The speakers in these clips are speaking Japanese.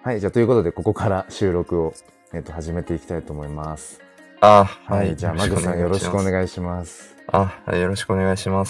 はい、じゃあということで、ここから収録を、始めていきたいと思います。 ははい、 い。 じゃあ、マグさんよろしくお願いします。 よろしくお願いします。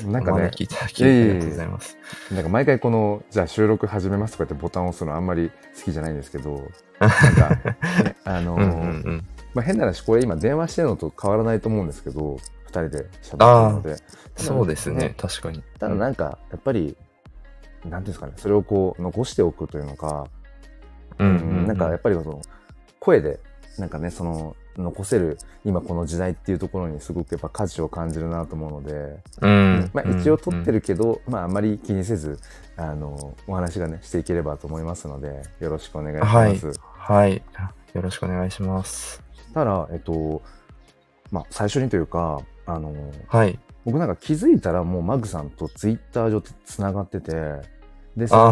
なんかね、 お招きいただきありがとうございます。 なんか毎回この、じゃあ収録始めますとかってボタンを押すのあんまり好きじゃないんですけど、なんか、ね、変な話、これ今電話してるのと変わらないと思うんですけど、2人で喋ってるので。 そうですね、確かに。 ただなんか、やっぱり、なんていうんですかね、それをこう、残しておくというのか、なんかやっぱりその、声で、なんかね、その、残せる今この時代っていうところにすごくやっぱ価値を感じるなと思うので、一応撮ってるけど、あんまり気にせずお話がねしていければと思いますので、よろしくお願いします。 はい、よろしくお願いします。 ただ最初にというか僕なんか気づいたらもうマグさんとツイッター上でつながってて、でその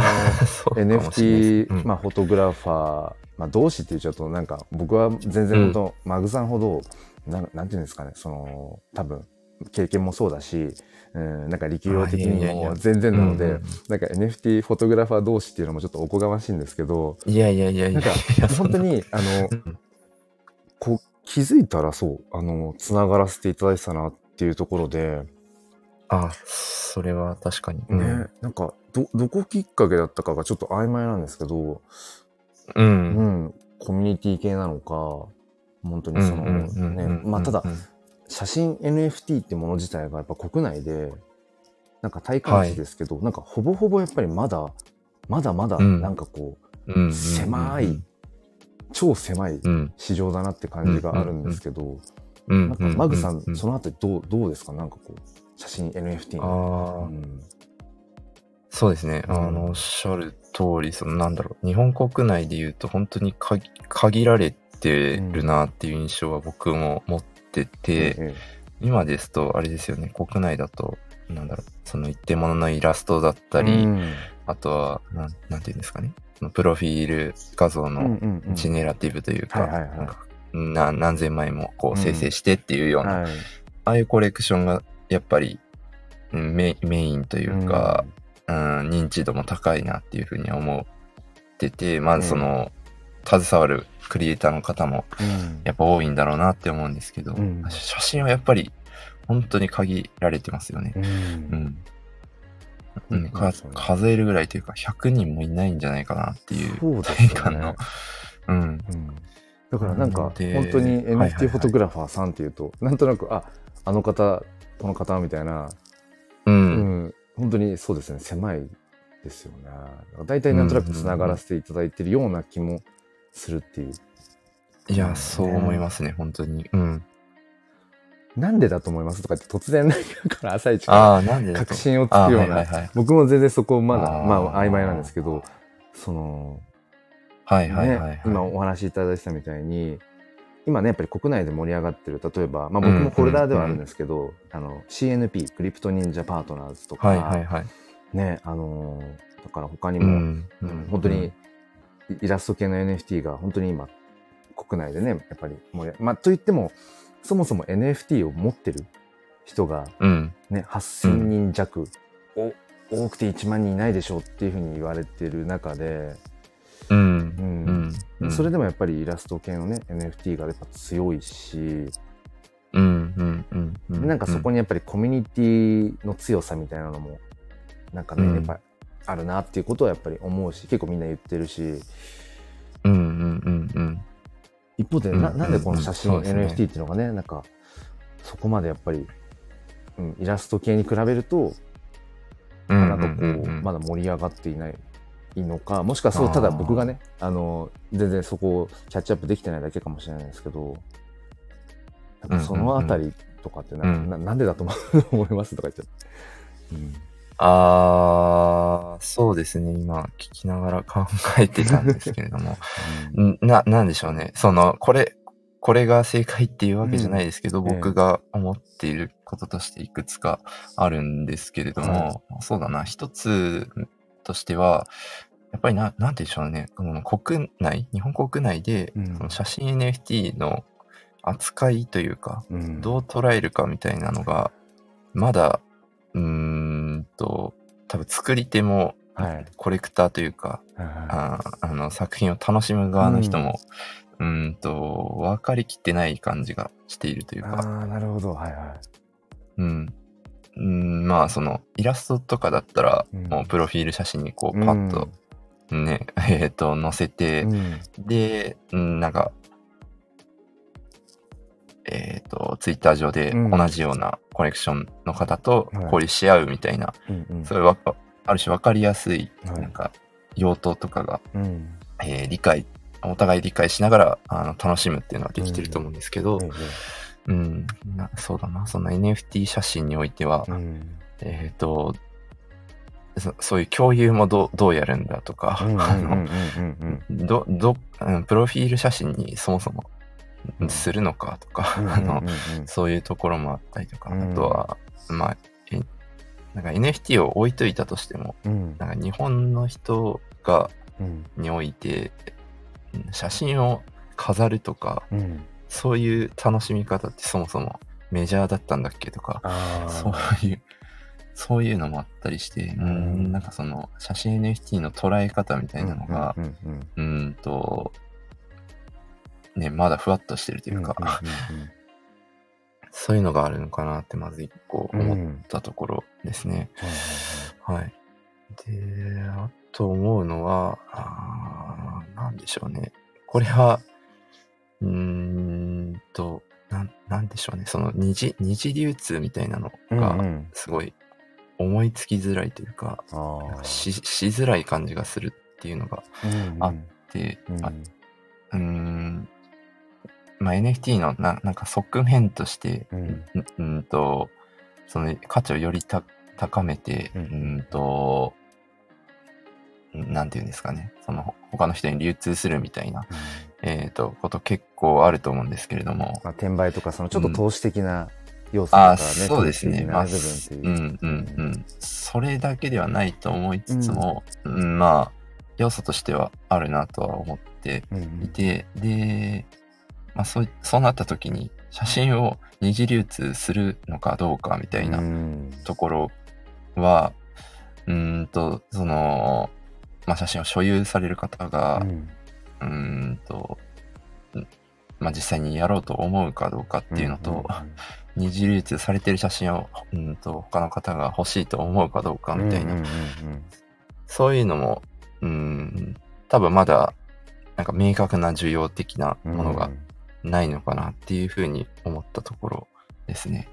NFT、フォトグラファー、同志って言っちゃうとなんか僕は全然マグさんほどなんていうんですかね、その多分経験もそうだし、なんか力量的にも全然なので、なんか NFT フォトグラファー同士っていうのもちょっとおこがましいんですけど、なんか本当にこう気づいたらそうつながらせていただいてたなっていうところで。 それは確かに。 ね、なんかどこきっかけだったかがちょっと曖昧なんですけど、コミュニティ系なのか、本当にそのね、ただ写真 NFT ってもの自体がやっぱ国内でなんか体感値ですけど、なんかほぼほぼやっぱりまだなんかこう、狭い超狭い市場だなって感じがあるんですけど、なんかマグさんそのあたりどうですか？なんかこう写真 NFT の。 そうですね。おっしゃる通り、日本国内で言うと本当に限られてるなっていう印象は僕も持ってて、今ですとあれですよね、国内だとその一定もののイラストだったり、あとはなんていうんですかね、プロフィール画像のジェネラティブというか、何千枚もこう生成してっていうような、ああいうコレクションがやっぱりメインというか、認知度も高いなっていうふうに思ってて、その携わるクリエイターの方もやっぱ多いんだろうなって思うんですけど、写真はやっぱり本当に限られてますよね。数えるぐらいというか100人もいないんじゃないかなっていう体感の。 だからなんか本当に NFT フォトグラファーさんっていうとなんとなくあの方この方みたいな、本当にそうですね、狭いですよね。だいたいなんとなくつながらせていただいてるような気もするっていう。 いや、そう思いますね、本当に。 なんでだと思いますとかって突然から朝一から確信をつくような、僕も全然そこまだ曖昧なんですけど、その今お話しいただいてたみたいに今ねやっぱり国内で盛り上がってる、例えば僕もホルダーではあるんですけど、CNP クリプト忍者パートナーズとかね、だから他にも本当にイラスト系の NFT が本当に今国内でねやっぱりと言ってもそもそも NFT を持ってる人がね、8000人弱、多くて1万人いないでしょうっていうふうに言われてる中で、それでもやっぱりイラスト系のね NFT がやっぱ強いし、なんかそこにやっぱりコミュニティの強さみたいなのもなんかね、やっぱりあるなっていうことはやっぱり思うし、結構みんな言ってるし、一方でなんでこの写真 NFT っていうのがね、なんかそこまでやっぱり、イラスト系に比べるとなんかこうまだ盛り上がっていないのか、もしくはただ僕がね全然そこをキャッチアップできてないだけかもしれないですけど、なんかそのあたりとかってなんでだと思いますとか言って。 そうですね。今聞きながら考えてたんですけれども、なんでしょうね。これが正解っていうわけじゃないですけど、僕が思っていることとしていくつかあるんですけれども、そうだな、一つとしては、やっぱりなんて言うんでしょうね。日本国内で、その写真 NFT の扱いというか、どう捉えるかみたいなのが、まだ、多分作り手もコレクターというか、作品を楽しむ側の人も、分かりきってない感じがしているというか。 なるほど。 まあそのイラストとかだったら、もうプロフィール写真にこうパッとね、載せて、で、なんか、ツイッター上で同じようなコレクションの方と交流し合うみたいな、そういうある種分かりやすい、なんか、用途とかが、お互い理解しながら楽しむっていうのはできてると思うんですけど、そうだな、その NFT 写真においては、そういう共有もどうやるんだとか、プロフィール写真にそもそもするのかとか、そういうところもあったりとか、あとは、まあ、なんか NFT を置いといたとしても、なんか日本の人において、写真を飾るとか、そういう楽しみ方ってそもそもメジャーだったんだっけとか、そういうのもあったりして、なんかその写真 NFT の捉え方みたいなのが、ね、まだふわっとしてるというか、そういうのがあるのかなってまず一個思ったところですね。はい。で、あと思うのは、なんでしょうね。これは、なんでしょうね。その二次流通みたいなのが、すごい思いつきづらいというか、しづらい感じがするっていうのがあって、まあ、NFT のなんか側面として、その価値をより高めて、なんていうんですかね、その他の人に流通するみたいな、こと結構あると思うんですけれども。 転売とか、そのちょっと投資的な要素とかね、 そうですね。それだけではないと思いつつも、まあ、要素としてはあるなとは思っていて、で、まあ、そうなった時に写真を二次流通するのかどうかみたいなところは、その、まあ、写真を所有される方が、まあ、実際にやろうと思うかどうかっていうのと、二次流通されてる写真を、他の方が欲しいと思うかどうかみたいな、そういうのも、多分まだ、なんか明確な需要的なものがないのかなっていうふうに思ったところですね。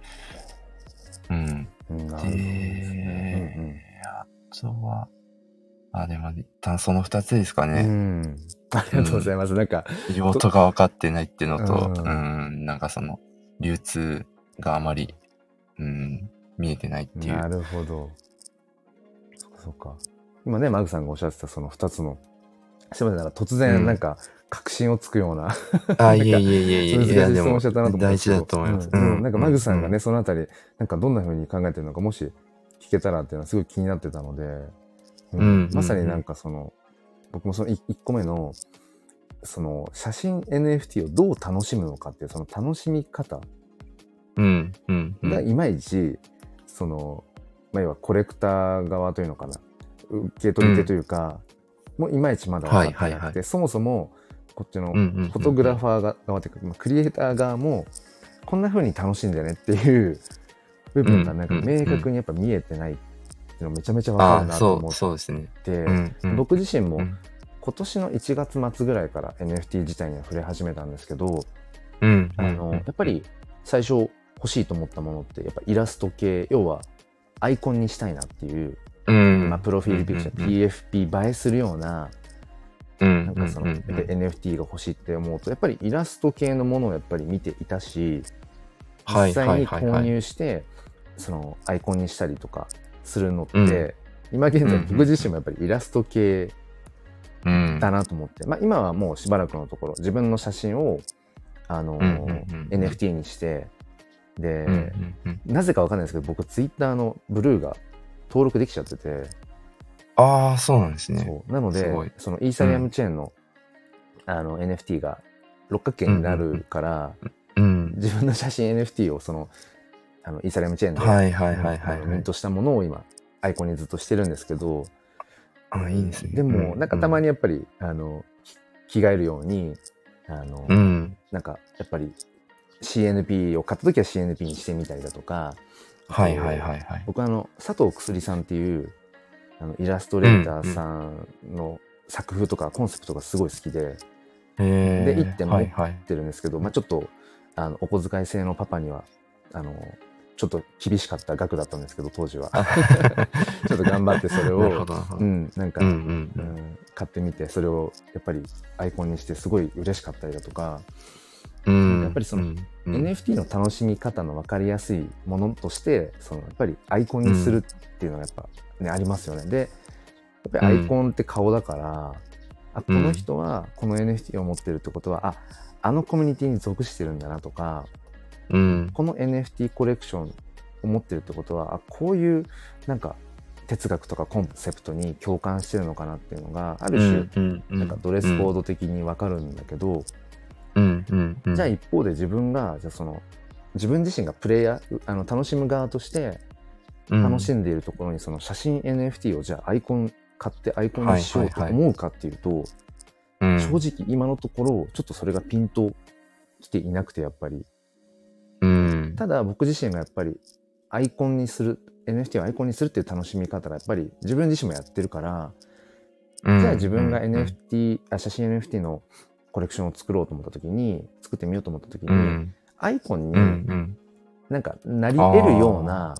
で、あとは、でも一旦その2つですかね。 ありがとうございます。なんか、 用途が分かってないっていうのと、なんかその、流通があまり、見えてないっていう。 なるほど。そっか。今ね、マグさんがおっしゃってたその2つの、すみません、なんか突然なんか、確信をつくような。 いえ。 難しい質問しちゃったなと思って。 大事だと思います。 なんかマグさんがね、そのあたり、なんかどんな風に考えてるのか、もし聞けたらっていうのはすごい気になってたので、まさになんかその、僕もその1個目の、その写真 NFT をどう楽しむのかっていうその楽しみ方がいまいち、その、まあ、要はコレクター側というのかな、受け取り手というか、もういまいちまだ分かってなくて、そもそもこっちのフォトグラファー側というか、クリエイター側もこんな風に楽しんでねっていう部分がなんか明確にやっぱ見えてないっていうのめちゃめちゃ分かるなと思って、僕自身も今年の1月末ぐらいから NFT 自体には触れ始めたんですけど、やっぱり最初欲しいと思ったものってやっぱイラスト系、要はアイコンにしたいなっていう、まあ、プロフィールピクチャー、PFP 映えするような、なんかその NFT が欲しいって思うとやっぱりイラスト系のものをやっぱり見ていたし、実際に購入してそのアイコンにしたりとかするのって、今現在僕自身もやっぱりイラスト系だなと思って、まあ、今はもうしばらくのところ自分の写真をNFT にしてで、なぜかわかんないですけど僕ツイッターのブルーが登録できちゃってて、 そうなんですね。 そうなのでそのイーサリアムチェーンの、NFT が六角形になるから、自分の写真 NFT をそのイーサリアムチェーンでミントしたものを今アイコンにずっとしてるんですけど、 いいですね。 でも、なんかたまにやっぱり、着替えるように、なんかやっぱり CNP を買った時は CNP にしてみたりだとか、僕佐藤くすりさんっていうイラストレーターさんの作風とかコンセプトがすごい好きで、で1点持ってるんですけど、ちょっとお小遣い制のパパにはちょっと厳しかった額だったんですけど、当時はちょっと頑張ってそれをなんか買ってみて、それをやっぱりアイコンにしてすごい嬉しかったりだとか、やっぱりその NFT の楽しみ方の分かりやすいものとして、そのやっぱりアイコンにするっていうのがやっぱね、ありますよね。でやっぱりアイコンって顔だから、この人はこの NFT を持ってるってことは、あのコミュニティに属してるんだなとか、この NFT コレクションを持ってるってことは、こういうなんか哲学とかコンセプトに共感してるのかなっていうのがある種、なんかドレスコード的に分かるんだけど、じゃあ一方で自分自身がプレイヤー楽しむ側として楽しんでいるところに、その写真 NFT をじゃあアイコン買ってアイコンにしようと思うかっていうと、正直今のところちょっとそれがピンときていなくて、やっぱりただ僕自身がやっぱりアイコンにする NFT をアイコンにするっていう楽しみ方がやっぱり自分自身もやってるから、じゃあ自分が 写真 NFT のコレクションを作ってみようと思った時に、アイコンになんかなり得るような、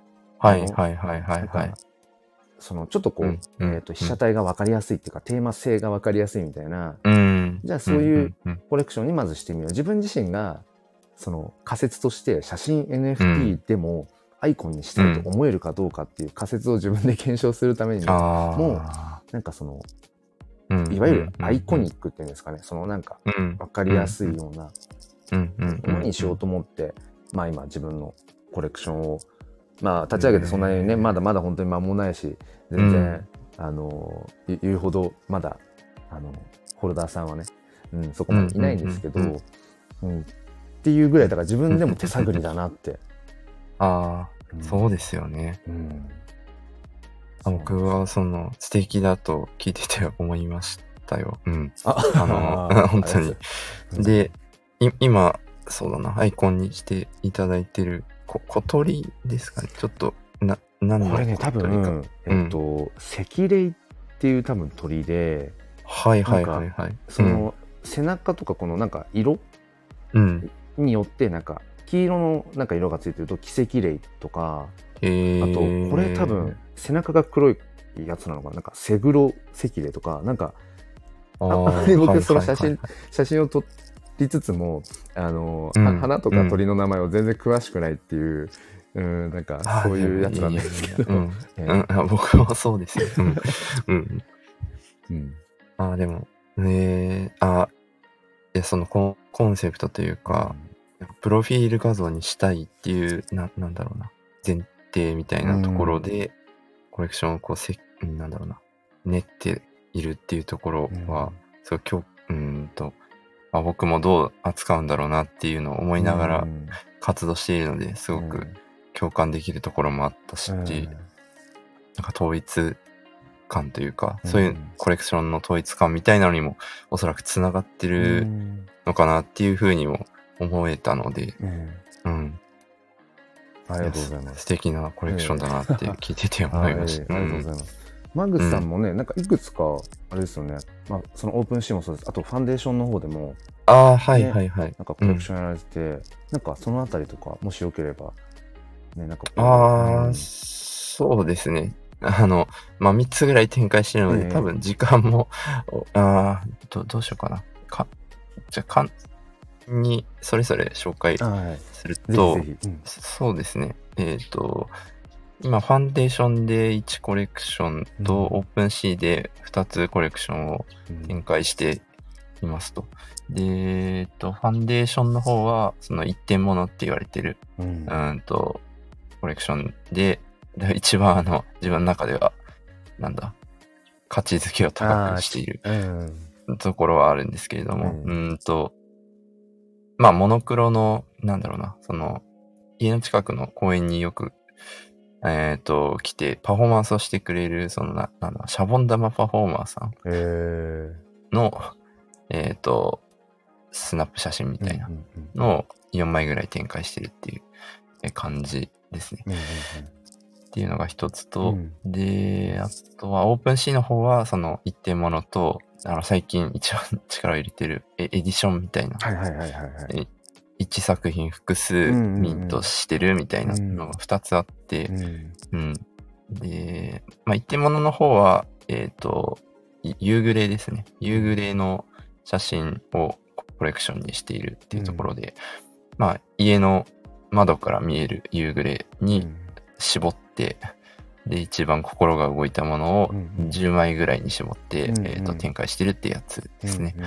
そのちょっとこう、被写体が分かりやすいっていうか、テーマ性が分かりやすいみたいな、じゃあそういうコレクションにまずしてみよう。自分自身がその仮説として写真 NFT でもアイコンにしたいと思えるかどうかっていう仮説を自分で検証するためにも、なんかそのいわゆるアイコニックっていうんですかね、そのなんか分かりやすいようなものにしようと思って、今自分のコレクションを立ち上げてそんなにね、まだまだ本当に間もないし、全然言うほどまだホルダーさんはね、そこまでいないんですけど、っていうぐらいだから自分でも手探りだなって。 そうですよね。僕は素敵だと聞いてて思いましたよ。本当に。で、今、そうだな、アイコンにしていただいてる小鳥ですかね。ちょっと、何のこれね、多分、赤霊っていう多分鳥で、その背中とかこのなんか色によってなんか黄色のなんか色がついてるとキ赤霊とか、あとこれ多分背中が黒いやつなのかな、なんかセグロ赤霊とか、なんか僕その写真を撮りつつも花とか鳥の名前を全然詳しくないっていう、なんかそういうやつなんですけど、 僕もそうですよ。でもそのコンセプトというか、プロフィール画像にしたいっていうなんだろうな、前提みたいなところでコレクションをこうなんだろうな、練っているっていうところは、すごい僕もどう扱うんだろうなっていうのを思いながら活動しているので、すごく共感できるところもあったし、なんか統一感というか、そういうコレクションの統一感みたいなのにもおそらくつながってるのかなっていうふうにも思えたので、 ありがとうございます。 素敵なコレクションだなって聞いてて思いました。 ありがとうございます。マグさんもね、なんかいくつかあれですよね。そのオープンシーもそうです。あとファンデーションの方でも、なんかコレクションやられてて、なんかそのあたりとかもしよければね、なんかそうですね。3つぐらい展開してるので、多分時間もどうしようかな。じゃあにそれぞれ紹介すると、そうですね。今ファンデーションで1コレクションとオープンシーで2つコレクションを展開していますと。で、ファンデーションの方はその一点物って言われてるコレクションで、一番自分の中では価値づけを高くしているところはあるんですけれども、モノクロのその家の近くの公園によく来てパフォーマンスをしてくれる、シャボン玉パフォーマーさんの、スナップ写真みたいなのを4枚ぐらい展開してるっていう感じですね。っていうのが一つと、で、あとはオープンシーの方は、その一点物と、最近一番力を入れてるエディションみたいな。一作品複数ミントしてるみたいなのが2つあって、で、一点物の方は、夕暮れですね。夕暮れの写真をコレクションにしているっていうところで、家の窓から見える夕暮れに絞って、で、一番心が動いたものを10枚ぐらいに絞って、展開してるってやつですね。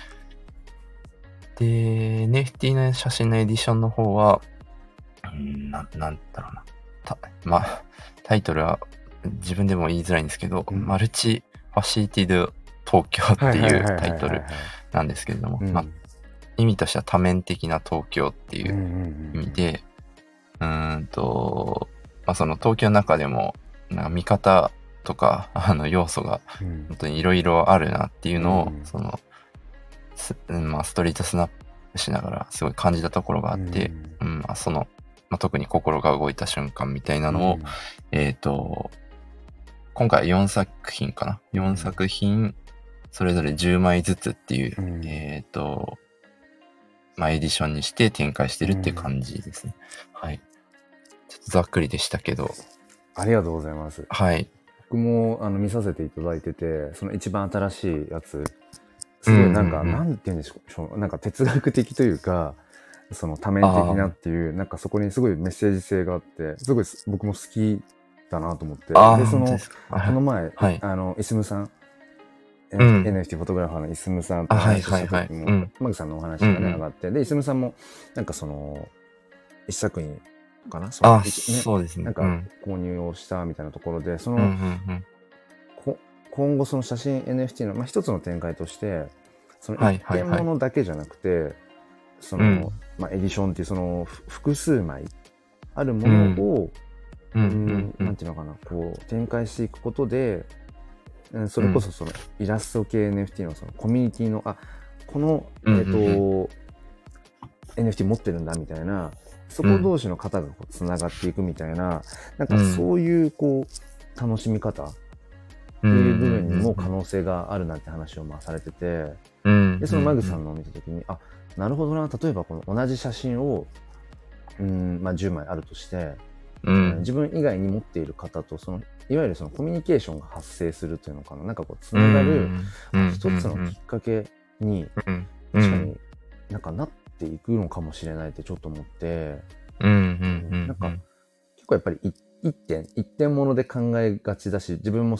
で、NFT の写真のエディションの方は、なんだろうな。タイトルは自分でも言いづらいんですけど、マルチファシリティド東京っていうタイトルなんですけれども、意味としては多面的な東京っていう意味で、その東京の中でも、見方とか、要素が本当にいろいろあるなっていうのを、ストリートスナップしながらすごい感じたところがあって、特に心が動いた瞬間みたいなのを、今回4作品かな。4作品、それぞれ10枚ずつっていう、エディションにして展開してるっていう感じですね。はい。ちょっとざっくりでしたけど。 ありがとうございます。 はい。 僕も見させていただいてて、その一番新しいやつ、すごいなんか、なんて言うんでしょう、なんか哲学的というか、その多面的なっていう、なんかそこにすごいメッセージ性があって、すごい僕も好きだなと思って。で、その前、イスムさん、NFT フォトグラファーのイスムさんと話した時も、マグさんのお話がね、上がって、で、イスムさんも、なんか一作品かなそうですね。 なんか購入をしたみたいなところで、今後その写真 NFT の、一つの展開として、その一点物だけじゃなくて、エディションっていうその複数枚あるものを、なんていうのかな、こう展開していくことで、それこそそのイラスト系 NFT のそのコミュニティの、この、NFT 持ってるんだみたいな、そこ同士の方がこうつながっていくみたいな、なんかそういうこう楽しみ方っていう部分にも可能性があるなんて話をされてて、でそのマグさんのを見たときに、なるほどな、例えばこの同じ写真を、10枚あるとして、自分以外に持っている方といわゆるそのコミュニケーションが発生するというのかな、なんかこうつながる一つのきっかけに確かになんかなっていくのかもしれないってちょっと思って、なんか結構やっぱり一点物で考えがちだし、自分も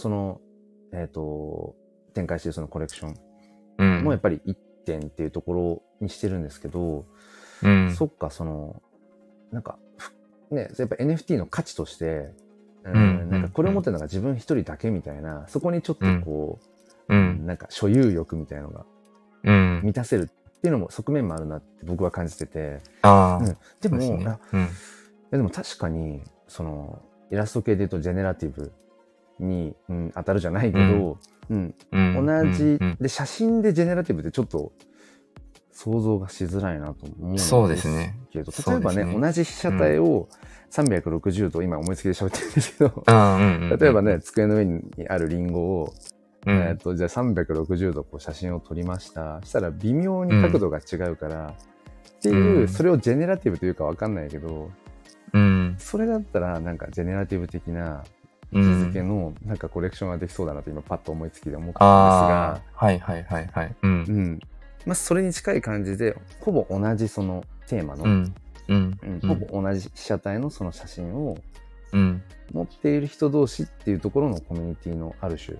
展開しているそのコレクションもやっぱり一点っていうところにしてるんですけど、そっか、なんかね、やっぱ NFT の価値として、なんかこれを持ってるのが自分一人だけみたいな、そこにちょっとこう、なんか所有欲みたいなのが満たせるっていうのも側面もあるなって僕は感じてて、でも、でも確かにイラスト系で言うとジェネラティブに、当たるじゃないけど、同じで写真でジェネラティブってちょっと想像がしづらいなと思うんですけど、例えばね、同じ被写体を360度、今思いつきで喋ってるんですけど、例えばね、机の上にあるリンゴを、じゃあ360度こう写真を撮りました。したら微妙に角度が違うから、っていう、それをジェネラティブというかわかんないけど、それだったらなんかジェネラティブ的な位置づけのなんかコレクションができそうだなと今パッと思いつきで思ったんですが、それに近い感じでほぼ同じそのテーマの、ほぼ同じ被写体のその写真を持っている人同士っていうところのコミュニティのある種、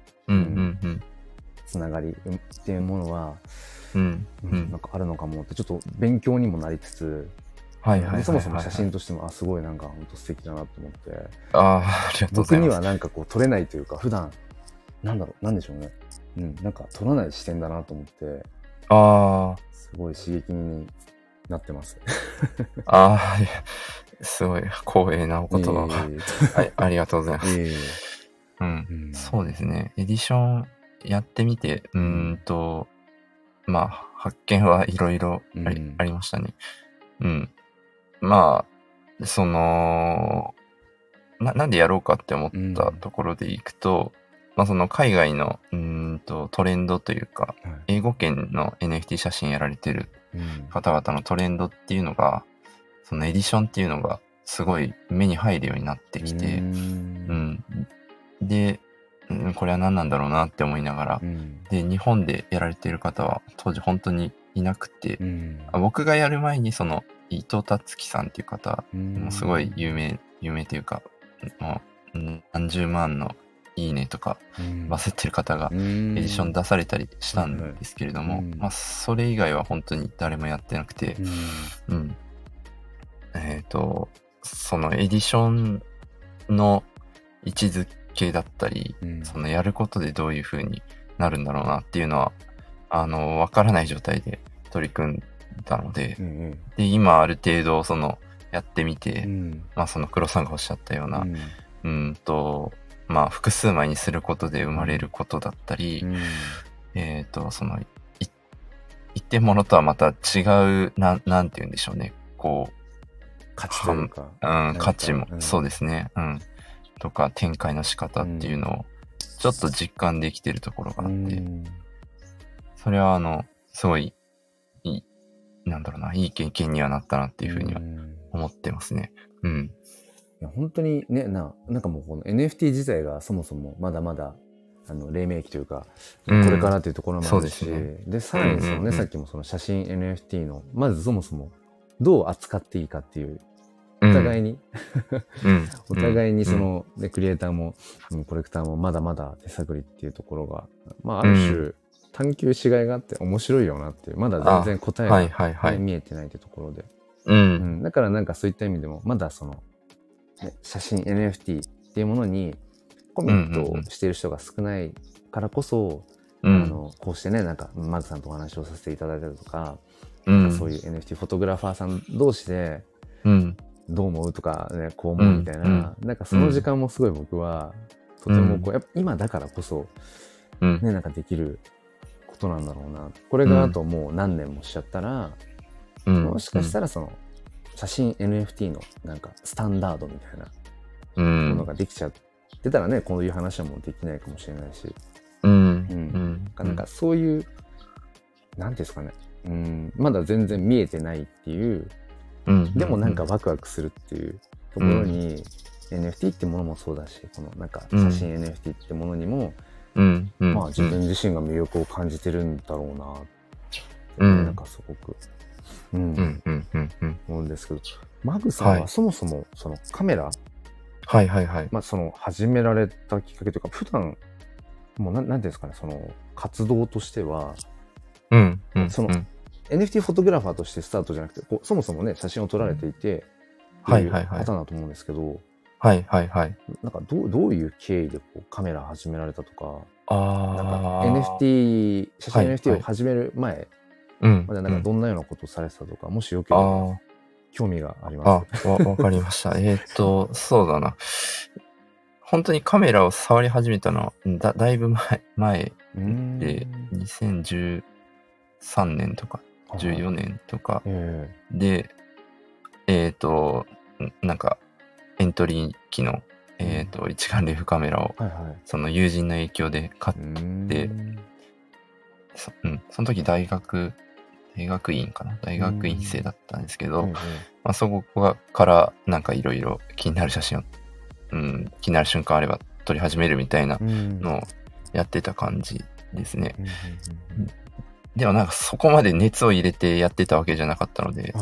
つながりっていうものは、なんかあるのかもってちょっと勉強にもなりつつ、そもそも写真としてもすごいなんか本当素敵だなと思って、僕にはなんかこう撮れないというか、普段なんでしょうね、なんか撮らない視点だなと思って、すごい刺激になってます。 すごい光栄なお言葉を、ありがとうございます。そうですね。エディションやってみて、まあ、発見はいろいろありましたね。まあ、なんでやろうかって思ったところでいくと、まあ、その海外のトレンドというか、英語圏の NFT 写真やられてる方々のトレンドっていうのが、そのエディションっていうのがすごい目に入るようになってきて、で、これは何なんだろうなって思いながら、で、日本でやられてる方は当時本当にいなくて、僕がやる前にその伊藤達樹さんっていう方、もすごい有名というか、もう何十万のいいねとかバズってる方がエディション出されたりしたんですけれども、まあそれ以外は本当に誰もやってなくて、そのエディションの位置づけだったり、そのやることでどういう風になるんだろうなっていうのはわからない状態で取り組んだので、で今ある程度そのやってみて、まあその黒さんがおっしゃったような、まあ複数枚にすることで生まれることだったり、その一点物とはまた違うなんて言うんでしょうね、こう価値というか、 価値も、そうですね、とか展開の仕方っていうのをちょっと実感できてるところがあって、それはすごいなんだろうな、いい経験にはなったなっていうふうには思ってますね。 いや本当にね、なんかもうこの NFT 自体がそもそもまだまだ黎明期というか、これからというところもあるし、でさらにそのね、さっきもその写真 NFT のまずそもそもどう扱っていいかっていう、お互いにお互いにその、クリエイターもコレクターもまだまだ手探りっていうところが、まあある種探求しがいがあって面白いよなっていう、まだ全然答えが、見えてないってところで、だからなんかそういった意味でもまだその、写真 NFT っていうものにコミットをしている人が少ないからこそ、こうしてね、なんかマズさんとお話をさせていただいたりとか、なんかそういう NFT フォトグラファーさん同士でどう思うとか、ね、こう思うみたいな、なんかその時間もすごい僕はとてもこう、やっぱ今だからこそ、ね、なんかできることなんだろうな。これがあともう何年もしちゃったら、もしかしたらその写真 NFT のなんかスタンダードみたいなものができちゃってたらね、こういう話はもうできないかもしれないし、なんかそういうなんていうんですかね、まだ全然見えてないっていう、でもなんかワクワクするっていうところに、NFT ってものもそうだし、このなんか写真 NFT ってものにも、まあ自分自身が魅力を感じてるんだろうな、なんかすごく、思うんですけど、マグさんはそもそもそのカメラ、まあその始められたきっかけというか、普段もうなんていうんですかね、その活動としては、その NFT フォトグラファーとしてスタートじゃなくて、こうそもそもね写真を撮られていてっていう方だと思うんですけど、なんかどういう経緯でこうカメラ始められたとか、なんか NFT 写真 NFT を始める前までなんかどんなようなことをされてたとか、もしよければ興味があります。 わかりました。そうだな。本当にカメラを触り始めたのはだいぶ前で、2013年とか14年とかで、なんかエントリー機の、一眼レフカメラをその友人の影響で買って、その時大学院生だったんですけど、まあ、そこからなんかいろいろ気になる写真を、気になる瞬間あれば撮り始めるみたいなのをやってた感じですね。でもなんかそこまで熱を入れてやってたわけじゃなかったので、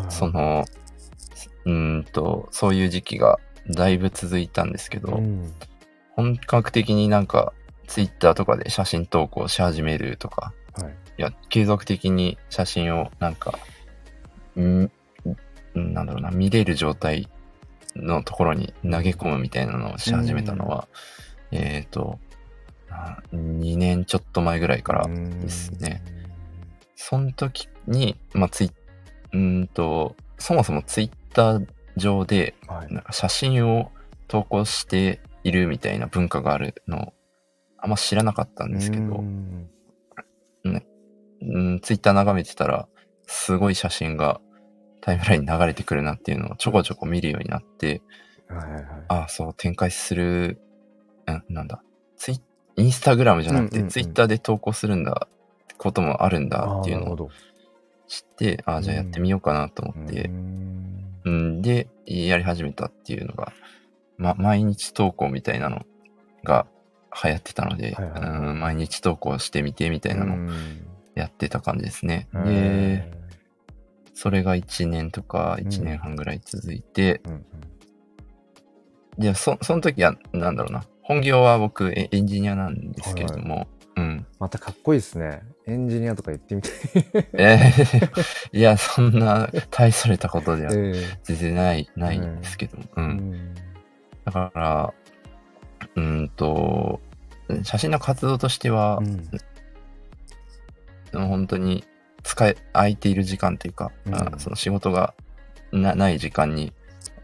そういう時期がだいぶ続いたんですけど、本格的になんかツイッターとかで写真投稿し始めるとか、いや継続的に写真をなんかなんだろうな、見れる状態のところに投げ込むみたいなのをし始めたのは、2年ちょっと前ぐらいからですね。その時に、まあそもそもツイッター上で、なんか写真を投稿しているみたいな文化があるの、あんま知らなかったんですけど、ツイッター眺めてたら、すごい写真がタイムラインに流れてくるなっていうのをちょこちょこ見るようになって、ああ、そう、展開する、なんだ、インスタグラムじゃなくて、ツイッターで投稿するんだ、こともあるんだっていうのを知って、じゃあやってみようかなと思って、で、やり始めたっていうのが、毎日投稿みたいなのが流行ってたので、毎日投稿してみてみたいなのをやってた感じですね。で、それが1年とか1年半ぐらい続いて、で、その時は、なんだろうな、本業は僕エンジニアなんですけれども、 またかっこいいですね。エンジニアとか言ってみて。 いや、そんな大それたことでは全然ないんですけど、だから、写真の活動としては、本当に空いている時間というか、その仕事がない時間に、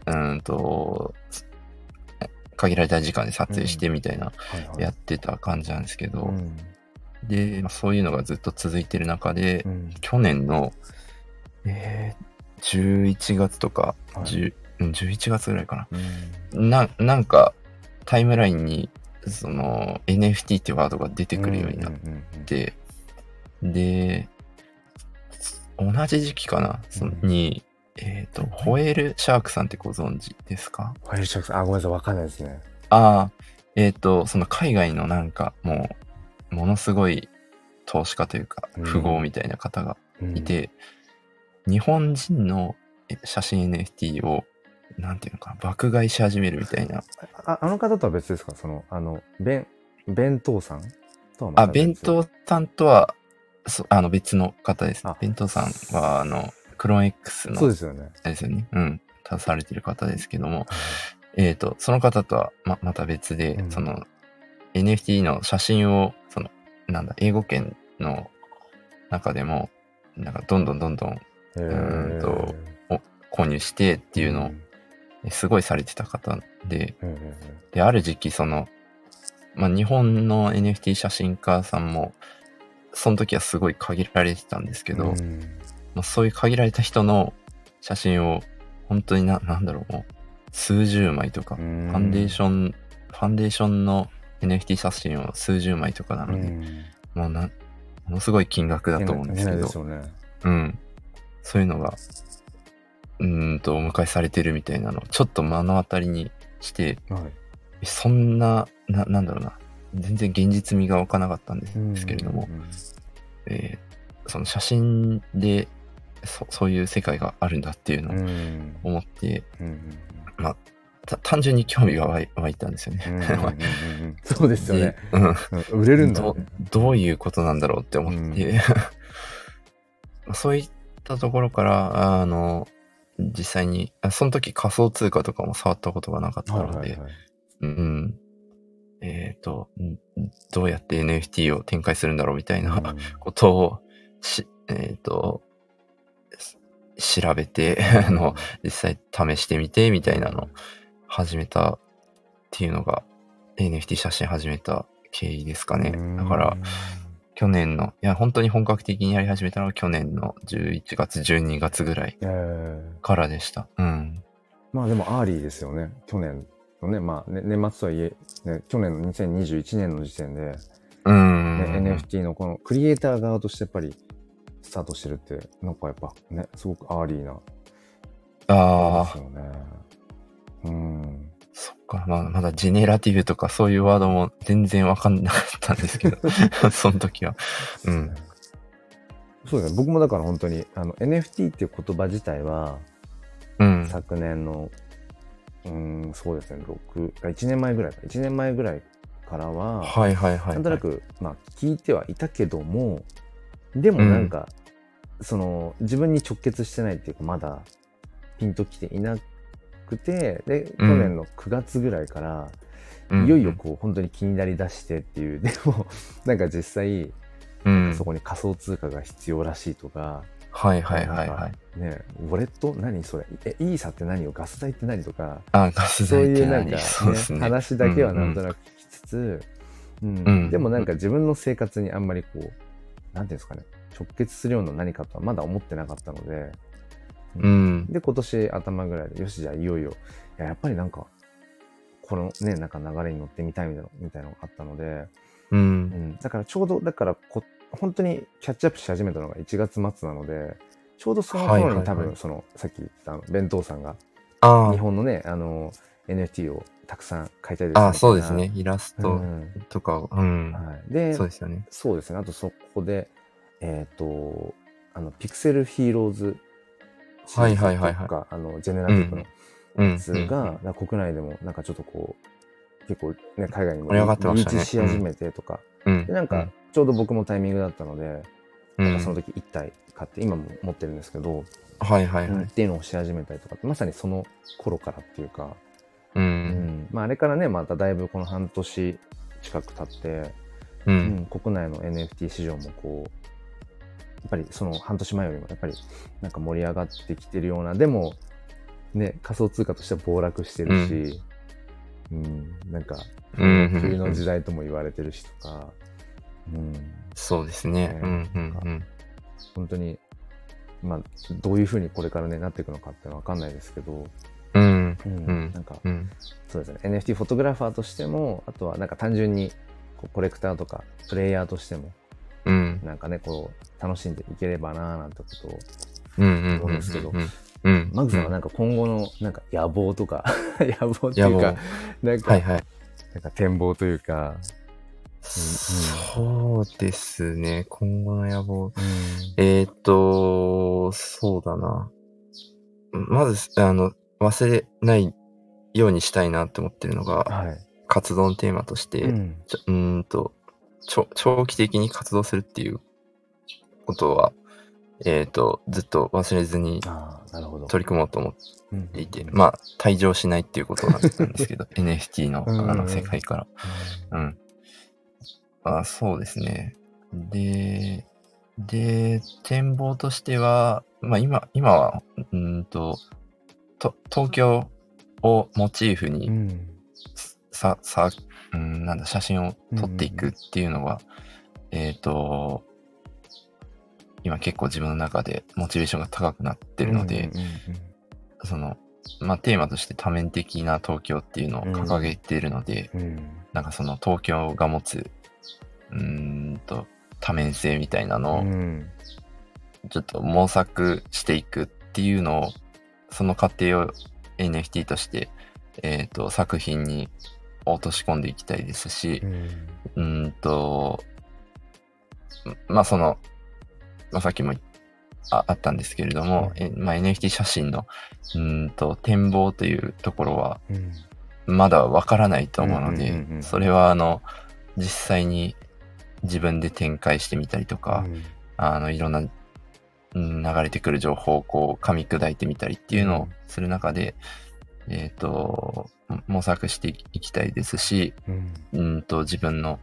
限られた時間で撮影してみたいな、やってた感じなんですけど、で、そういうのがずっと続いてる中で、去年の、11月とか、11月ぐらいかな。なんか、タイムラインに、その、NFT ってワードが出てくるようになって、で、同じ時期かな、に、ホエールシャークさんってご存知ですか？ ホエールシャークさん、ごめんなさい、わかんないですね。 その海外のなんか、ものすごい投資家というか、富豪みたいな方がいて、日本人の写真 NFT を、なんていうのかな、爆買いし始めるみたいな。 あの方とは別ですか？弁当さんとはまた別？ 弁当さんとは、別の方です。弁当さんは、クローン X の、 そうですよね。 ですよね。携われてる方ですけども、その方とはまた別で、その NFT の写真を、英語圏の中でも、なんかどんどん購入してっていうのを、すごいされてた方で、で、ある時期、日本の NFT 写真家さんも、その時はすごい限られてたんですけど、そういう限られた人の写真を、本当になんだろう、もう、数十枚とか、ファンデーションの NFT 写真を数十枚とかなので、ものすごい金額だと思うんですけど、そういうのが、お迎えされてるみたいなのをちょっと目の当たりにして、そんな、なんだろうな、全然現実味が湧かなかったんですけれども、その写真でそういう世界があるんだっていうのを思って、単純に興味が湧いたんですよね。 そうですよね。売れるんだ、ね。 どういうことなんだろうって思って、そういったところから、実際に、その時仮想通貨とかも触ったことがなかったので、どうやって NFT を展開するんだろうみたいなことを調べて、実際試してみてみたいなのを始めたっていうのが NFT 写真始めた経緯ですかね。だから去年の、いや本当に本格的にやり始めたのは去年の11月、12月ぐらいからでした。 まあでもアーリーですよね。去年のね、年末とはいえ、ね、去年の2021年の時点で、NFT のこのクリエイター側としてやっぱりスタートしてるって、なんかやっぱね、すごくアーリーな。ですよね。 そっか、まだジェネラティブとかそういうワードも全然わかんなかったんですけど、その時は。 そうですね。僕もだから本当にNFT っていう言葉自体は、昨年のそうですね、1年前ぐらいからは、なんとなく、聞いてはいたけども、でもなんか、自分に直結してないっていうか、まだピンときていなくて、で、去年の9月ぐらいから、いよいよこう、本当に気になりだしてっていう、でも、なんか実際、そこに仮想通貨が必要らしいとか、 はいはいはいはい。 ね、ウォレット何それ、イーサって何よ、ガス代って何とか、 ガスそう代って何、 いうなんかそうですね。 話だけはなんとなく聞きつつ、でもなんか自分の生活にあんまりこう、なんていうんですかね、直結するような何かとはまだ思ってなかったので、で、今年頭ぐらいで、よし、じゃあいよいよ、やっぱりなんか、このね、なんか流れに乗ってみたいみたいなのがあったので、だからちょうど、本当にキャッチアップし始めたのが1月末なので、ちょうどその頃に多分、さっき言った弁当さんが、日本のね、NFT をたくさん買いたいですみたいな。 そうですね。イラストとか、 で、 そうですよね。 そうですね。あとそこで、ピクセルヒーローズシリーズとか、ジェネラティブのやつが、国内でもなんかちょっとこう、結構ね、海外にもリーチし始めてとか、で、なんかちょうど僕もタイミングだったので、なんかその時1体買って、今も持ってるんですけど、っていうのをし始めたりとか、まさにその頃からっていうか、あれからね、まただいぶこの半年近く経って、国内の NFT 市場もこう、やっぱりその半年前よりもやっぱりなんか盛り上がってきてるような、でもね、仮想通貨としては暴落してるし、なんか冬の時代とも言われてるしとか、 そうですね。 本当にまあどういうふうにこれからねなっていくのかってわかんないですけど、なんかそうですね、NFT フォトグラファーとしても、あとはなんか単純にコレクターとかプレイヤーとしても、なんかねこう楽しんでいければなーなんてことを思うんですけど、マグさんはなんか今後のなんか野望とか野望っていうかなんか展望というか、 そうですね、今後の野望、そうだな、まず忘れないようにしたいなって思ってるのが、活動のテーマとして、長期的に活動するっていうことは、ずっと忘れずに取り組もうと思っていて、退場しないっていうことなんですけど、NFT の世界から。そうですね。で、展望としては、今は、東京をモチーフに、写真を撮っていくっていうのが、今結構自分の中でモチベーションが高くなってるので、テーマとして多面的な東京っていうのを掲げているので、なんかその東京が持つ、多面性みたいなのを、ちょっと模索していくっていうのを、その過程を NFT として、作品に落とし込んでいきたいですし、さっきもあったんですけれども、NFT 写真の展望というところはまだわからないと思うので、それは実際に自分で展開してみたりとか、いろんな流れてくる情報をこう噛み砕いてみたりっていうのをする中で、模索していきたいですし、自分の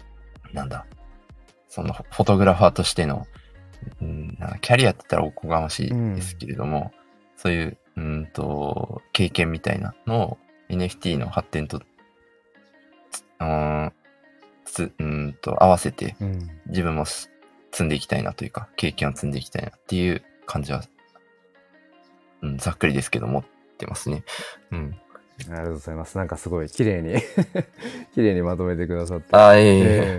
そのフォトグラファーとしてのキャリアって言ったらおこがましいですけれども、そういう経験みたいなのを NFT の発展と合わせて自分も積んでいきたいなというか、経験を積んでいきたいなっていう感じは、ざっくりですけど持ってますね。 ありがとうございます。なんかすごい綺麗に綺麗にまとめてくださって。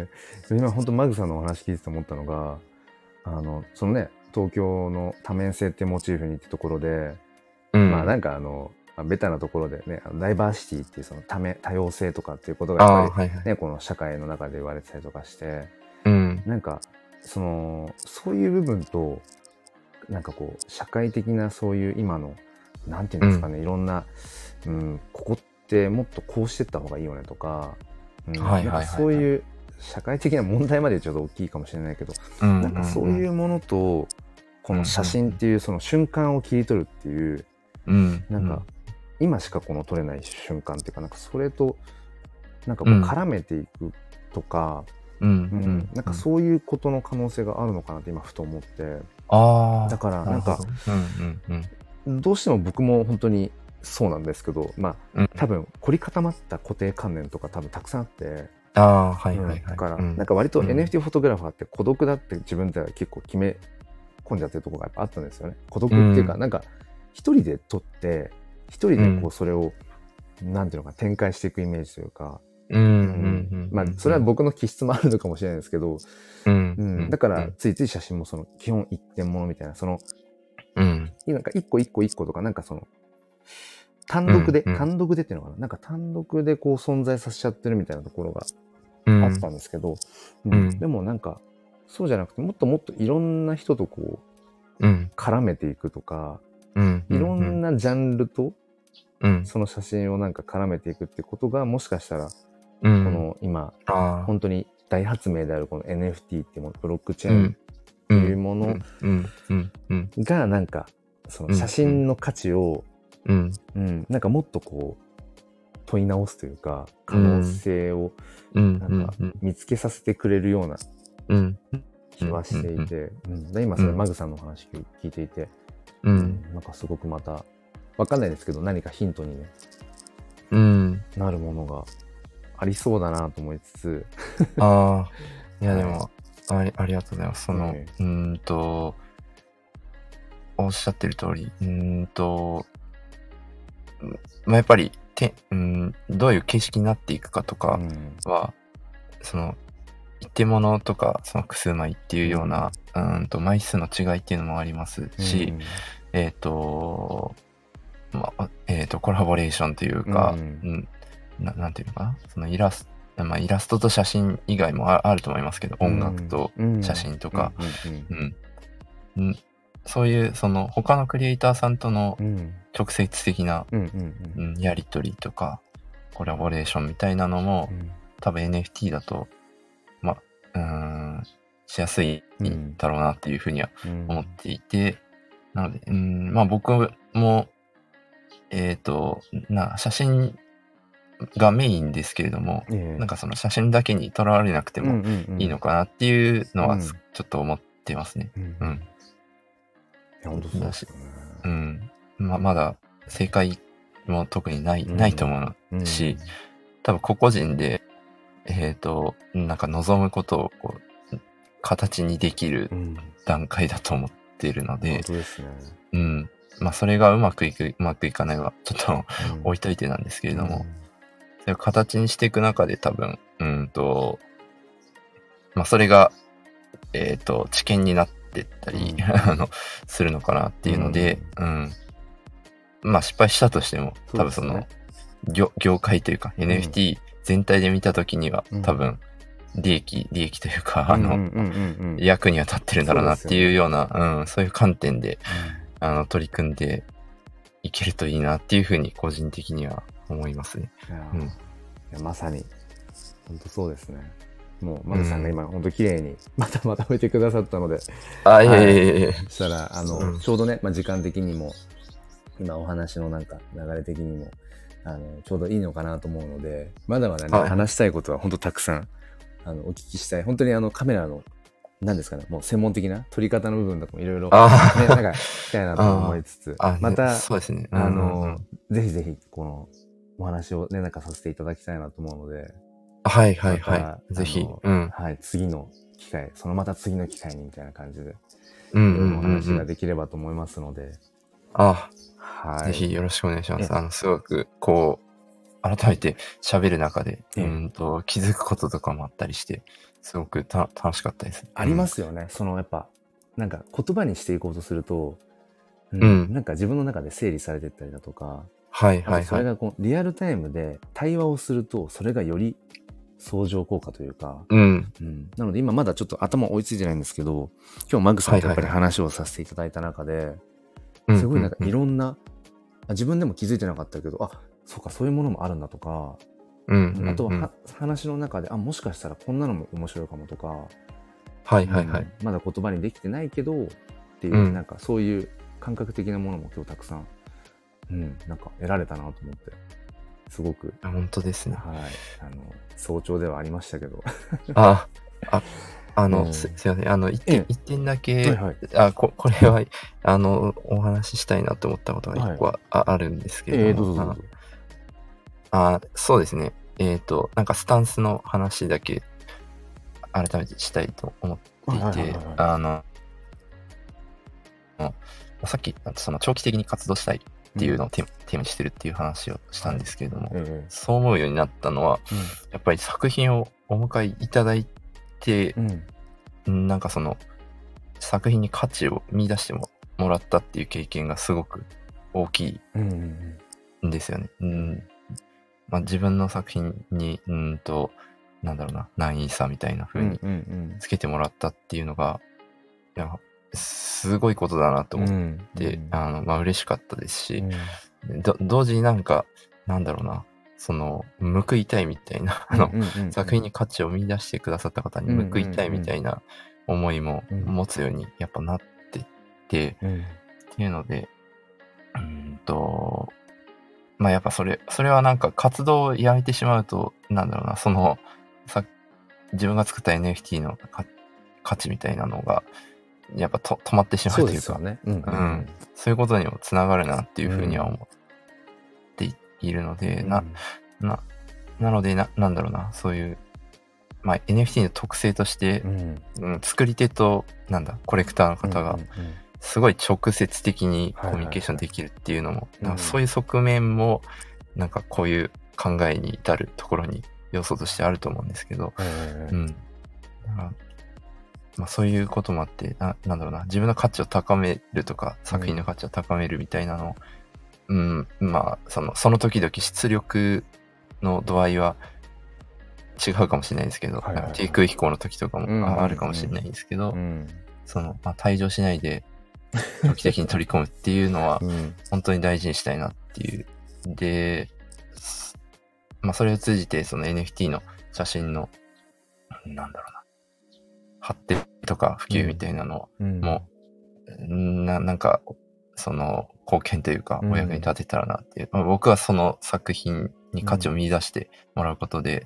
今本当マグさんのお話聞いてて思ったのが、そのね、東京の多面性ってモチーフにってところで、なんかベタなところでね、ダイバーシティっていうその多様性とかっていうことがやっぱりね、この社会の中で言われてたりとかして、なんかそういう部分と、なんかこう社会的なそういう今のなんていうんですかね、いろんな、ここってもっとこうしてった方がいいよねとか、そういう社会的な問題までちょっと大きいかもしれないけど、なんかそういうものとこの写真っていうその瞬間を切り取るっていう、なんか今しかこの撮れない瞬間っていうか、なんかそれとなんかこう絡めていくとか、なんかそういうことの可能性があるのかなって今ふと思って。 だからなんか、どうしても僕も本当にそうなんですけど、まあ、多分凝り固まった固定観念とか多分たくさんあって、だからなんか割と NFT フォトグラファーって孤独だって自分では結構決め込んじゃってるところがやっぱあったんですよね。孤独っていうか、なんか一人で撮って一人でこうそれをなんていうのか展開していくイメージというか、まあそれは僕の気質もあるのかもしれないですけど、だからついつい写真もその基本一点物みたいな、そのなんか一個とか、なんかその単独でっていうのかな、なんか単独でこう存在させちゃってるみたいなところがあったんですけど、でもなんかそうじゃなくて、もっともっといろんな人とこう絡めていくとか、いろんなジャンルとその写真をなんか絡めていくってことが、もしかしたらこの今本当に大発明であるこの NFT っていうもの、ブロックチェーンっていうものがなんかその写真の価値をなんかもっとこう問い直すというか、可能性をなんか見つけさせてくれるような気はしていて、今それマグさんの話聞いていて、なんかすごくまたわかんないですけど、何かヒントにね、なるものがありそうだなと思いつついやでもありがとうございます。そのおっしゃってる通り、まあ、やっぱりどういう形式になっていくかとかは、その一定ものとかその複数枚っていうような枚数の違いっていうのもありますし、まあコラボレーションというか、なんていうのかな、そのイラストと写真以外もあると思いますけど、音楽と写真とか、そういうその他のクリエイターさんとの直接的なやり取りとかコラボレーションみたいなのも多分 NFT だとしやすいだろうなっていうふうには思っていて、なのでまあ僕も写真がメインですけれども、なんかその写真だけにとらわれなくてもいいのかなっていうのはちょっと思ってますね。 本当そうだし、 まだ正解も特にないと思うし、多分個々人でなんか望むことをこう形にできる段階だと思っているので、まあそれがうまくいかないはちょっと置いといてなんですけれども、それを形にしていく中で多分まあそれが知見になってったりするのかなっていうので、まあ失敗したとしても多分その業界というか NFT 全体で見たときには多分利益というか役には立ってるんだろうなっていうようなそういう観点で取り組んでいけるといいなっていうふうに個人的には思いますね。 いやまさに本当そうですね。もうマグさんが今本当綺麗にまとめてくださったので、そしたらちょうどね、時間的にも今お話のなんか流れ的にもちょうどいいのかなと思うので、まだまだね、話したいことは本当たくさんお聞きしたい。本当にカメラの何ですかね、もう専門的な撮り方の部分とかもいろいろね、なんか聞きたいなと思いつつ、またそうですね、 ぜひぜひこのお話をね、なんかさせていただきたいなと思うので、 ぜひ、 次の機会、また次の機会にみたいな感じで、お話ができればと思いますので、 ぜひよろしくお願いします。すごくこう改めて喋る中で気づくこととかもあったりして、すごく楽しかったです。 ありますよね。やっぱなんか言葉にしていこうとすると、なんか自分の中で整理されていったりだとか、それがこうリアルタイムで対話をすると、それがより相乗効果というか、なので今まだちょっと頭追いついてないんですけど、今日マグさんとやっぱり話をさせていただいた中で、すごいなんかいろんな、自分でも気づいてなかったけど、そうか、そういうものもあるんだとか、あとは話の中で、もしかしたらこんなのも面白いかもとか、まだ言葉にできてないけどっていう、なんかそういう感覚的なものも今日たくさん、なんか得られたなと思って、すごく。 本当ですね。 早朝ではありましたけど。 すいません。一点だけ、これは、お話ししたいなと思ったことが一個はあるんですけれども。そうですね。なんかスタンスの話だけ、改めてしたいと思っていて、さっき、その長期的に活動したいっていうのをテーマにしてるっていう話をしたんですけれども、そう思うようになったのは、やっぱり作品をお迎えいただいて、なんかその作品に価値を見出してもらったっていう経験がすごく大きいんですよね。自分の作品になんだろうな、難易さみたいな風につけてもらったっていうのが、いやすごいことだなと思って、嬉しかったですし、同時になんかなんだろうな、その報いたいみたいな作品に価値を見出してくださった方に報いたいみたいな思いも持つようにやっぱなってって、っていうのでやっぱそれはなんか活動をやめてしまうと、なんだろうな、その自分が作った NFT の価値みたいなのがやっぱ止まってしまうというか、そういうことにもつながるなっていうふうには思っているので、なのでなんだろうな、そういう、NFT の特性として、作り手とコレクターの方がすごい直接的にコミュニケーションできるっていうのも、そういう側面もなんかこういう考えに至るところに要素としてあると思うんですけど、そういうこともあって、なんだろうな、自分の価値を高めるとか、作品の価値を高めるみたいなのを、その時々出力の度合いは違うかもしれないですけど、低空飛行の時とかもあるかもしれないんですけど、退場しないで長期的に取り込むっていうのは、本当に大事にしたいなっていう。で、それを通じて、その NFT の写真の、なんだろうな、発展とか普及みたいなのも、なんか、その貢献というか、お役に立てたらなっていう。僕はその作品に価値を見出してもらうことで、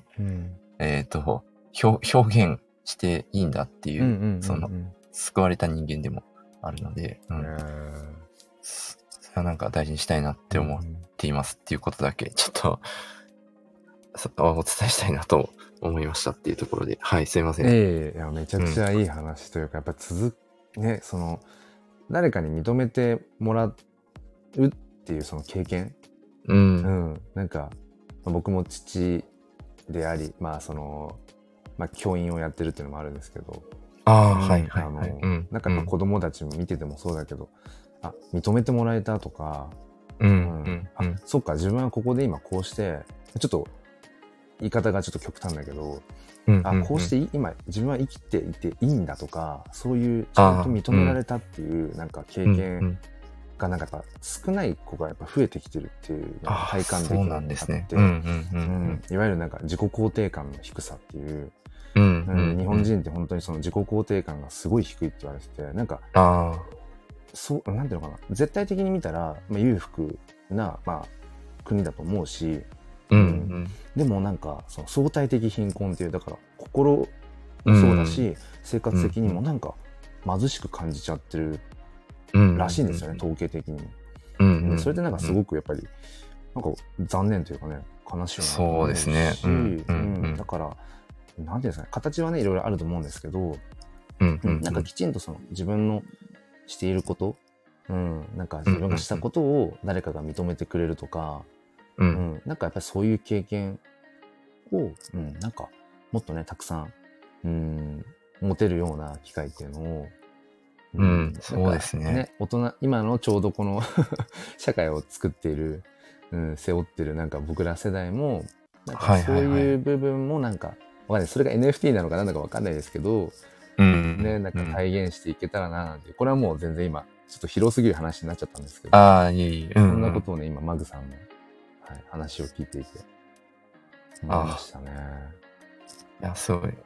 表現していいんだっていう、その、救われた人間でもあるので、それはなんか大事にしたいなって思っていますっていうことだけ、ちょっと、お伝えしたいなと思いましたっていうところで、はい、すいません。 いや、めちゃくちゃいい話というか、やっぱね、その、誰かに認めてもらうっていうその経験、なんか、僕も父であり、教員をやってるっていうのもあるんですけど、なんか子供たちも見ててもそうだけど、認めてもらえたとか、そっか、自分はここで今こうして、ちょっと言い方がちょっと極端だけど、こうして今自分は生きていていいんだとか、そういうちゃんと認められたっていうなんか経験がなんかやっぱ少ない子がやっぱ増えてきてるっていう体感的になって、いわゆるなんか自己肯定感の低さっていう、日本人って本当にその自己肯定感がすごい低いって言われてて、なんかそうなんていうのかな、絶対的に見たら裕福な国だと思うし。でもなんかその相対的貧困っていう、だから心もそうだし、生活的にもなんか貧しく感じちゃってるらしいんですよね、統計的にも。それでなんかすごくやっぱりなんか残念というかね、悲しいなと思うし、だからなんていうんですかね、形はねいろいろあると思うんですけど、なんかきちんとその自分のしていること、なんか自分がしたことを誰かが認めてくれるとか、なんかやっぱりそういう経験を、なんかもっとねたくさん、持てるような機会っていうのを、 そうですね。 大人、今のちょうどこの社会を作っている、背負ってるなんか僕ら世代も、なんかそういう部分もなんか、わかんない。それが NFT なのかなんだかわかんないですけど、ね、なんか体現していけたらななんて、これはもう全然今、ちょっと広すぎる話になっちゃったんですけど、そんなことをね、今、マグさんの、話を聞いていて、思いましたね。 いや、すごい、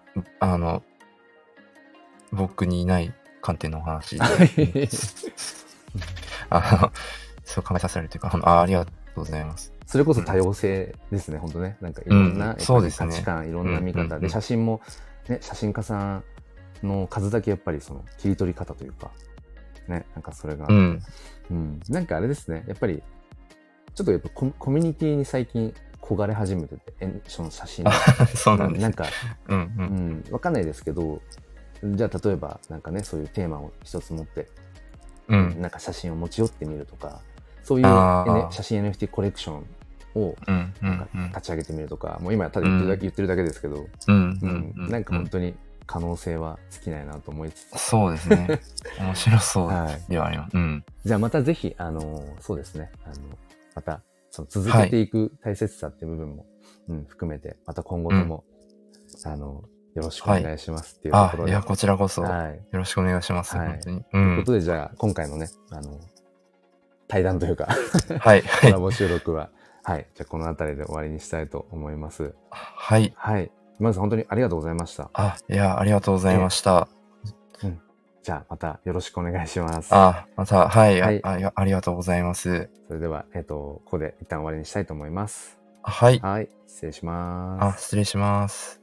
僕にいない観点のお話で、そう考えさせられるというか、ありがとうございます。 それこそ多様性ですね、本当ね。なんかいろんな価値観、いろんな見方で、写真も、ね、写真家さんの数だけやっぱりその切り取り方というか、ね、なんかそれが、なんかあれですね、やっぱり、ちょっとやっぱコミュニティに最近焦がれ始めてて、その写真そうなんです。 なんか、わかんないですけど、じゃあ例えばなんかね、そういうテーマを一つ持って、なんか写真を持ち寄ってみるとか、そういう、写真 NFT コレクションをなんか立ち上げてみるとか、もう今ただ言ってるだけですけど、なんか本当に可能性は尽きないなと思いつつ。 そうですね。面白そうではあります。 じゃあまたぜひ、そうですね、またその続けていく大切さっていう部分も、含めて、また今後とも、よろしくお願いしますっていうところで。 いや、こちらこそ、よろしくお願いします。本当に。 ということで、じゃあ、今回のね、対談というかはい。 コラボ収録は、じゃあこの辺りで終わりにしたいと思います。 はい。 まず本当にありがとうございました。 いや、ありがとうございました。 じゃあ、またよろしくお願いします。 また、ありがとうございます。 それでは、ここで一旦終わりにしたいと思います。 はい。 失礼します。 失礼します。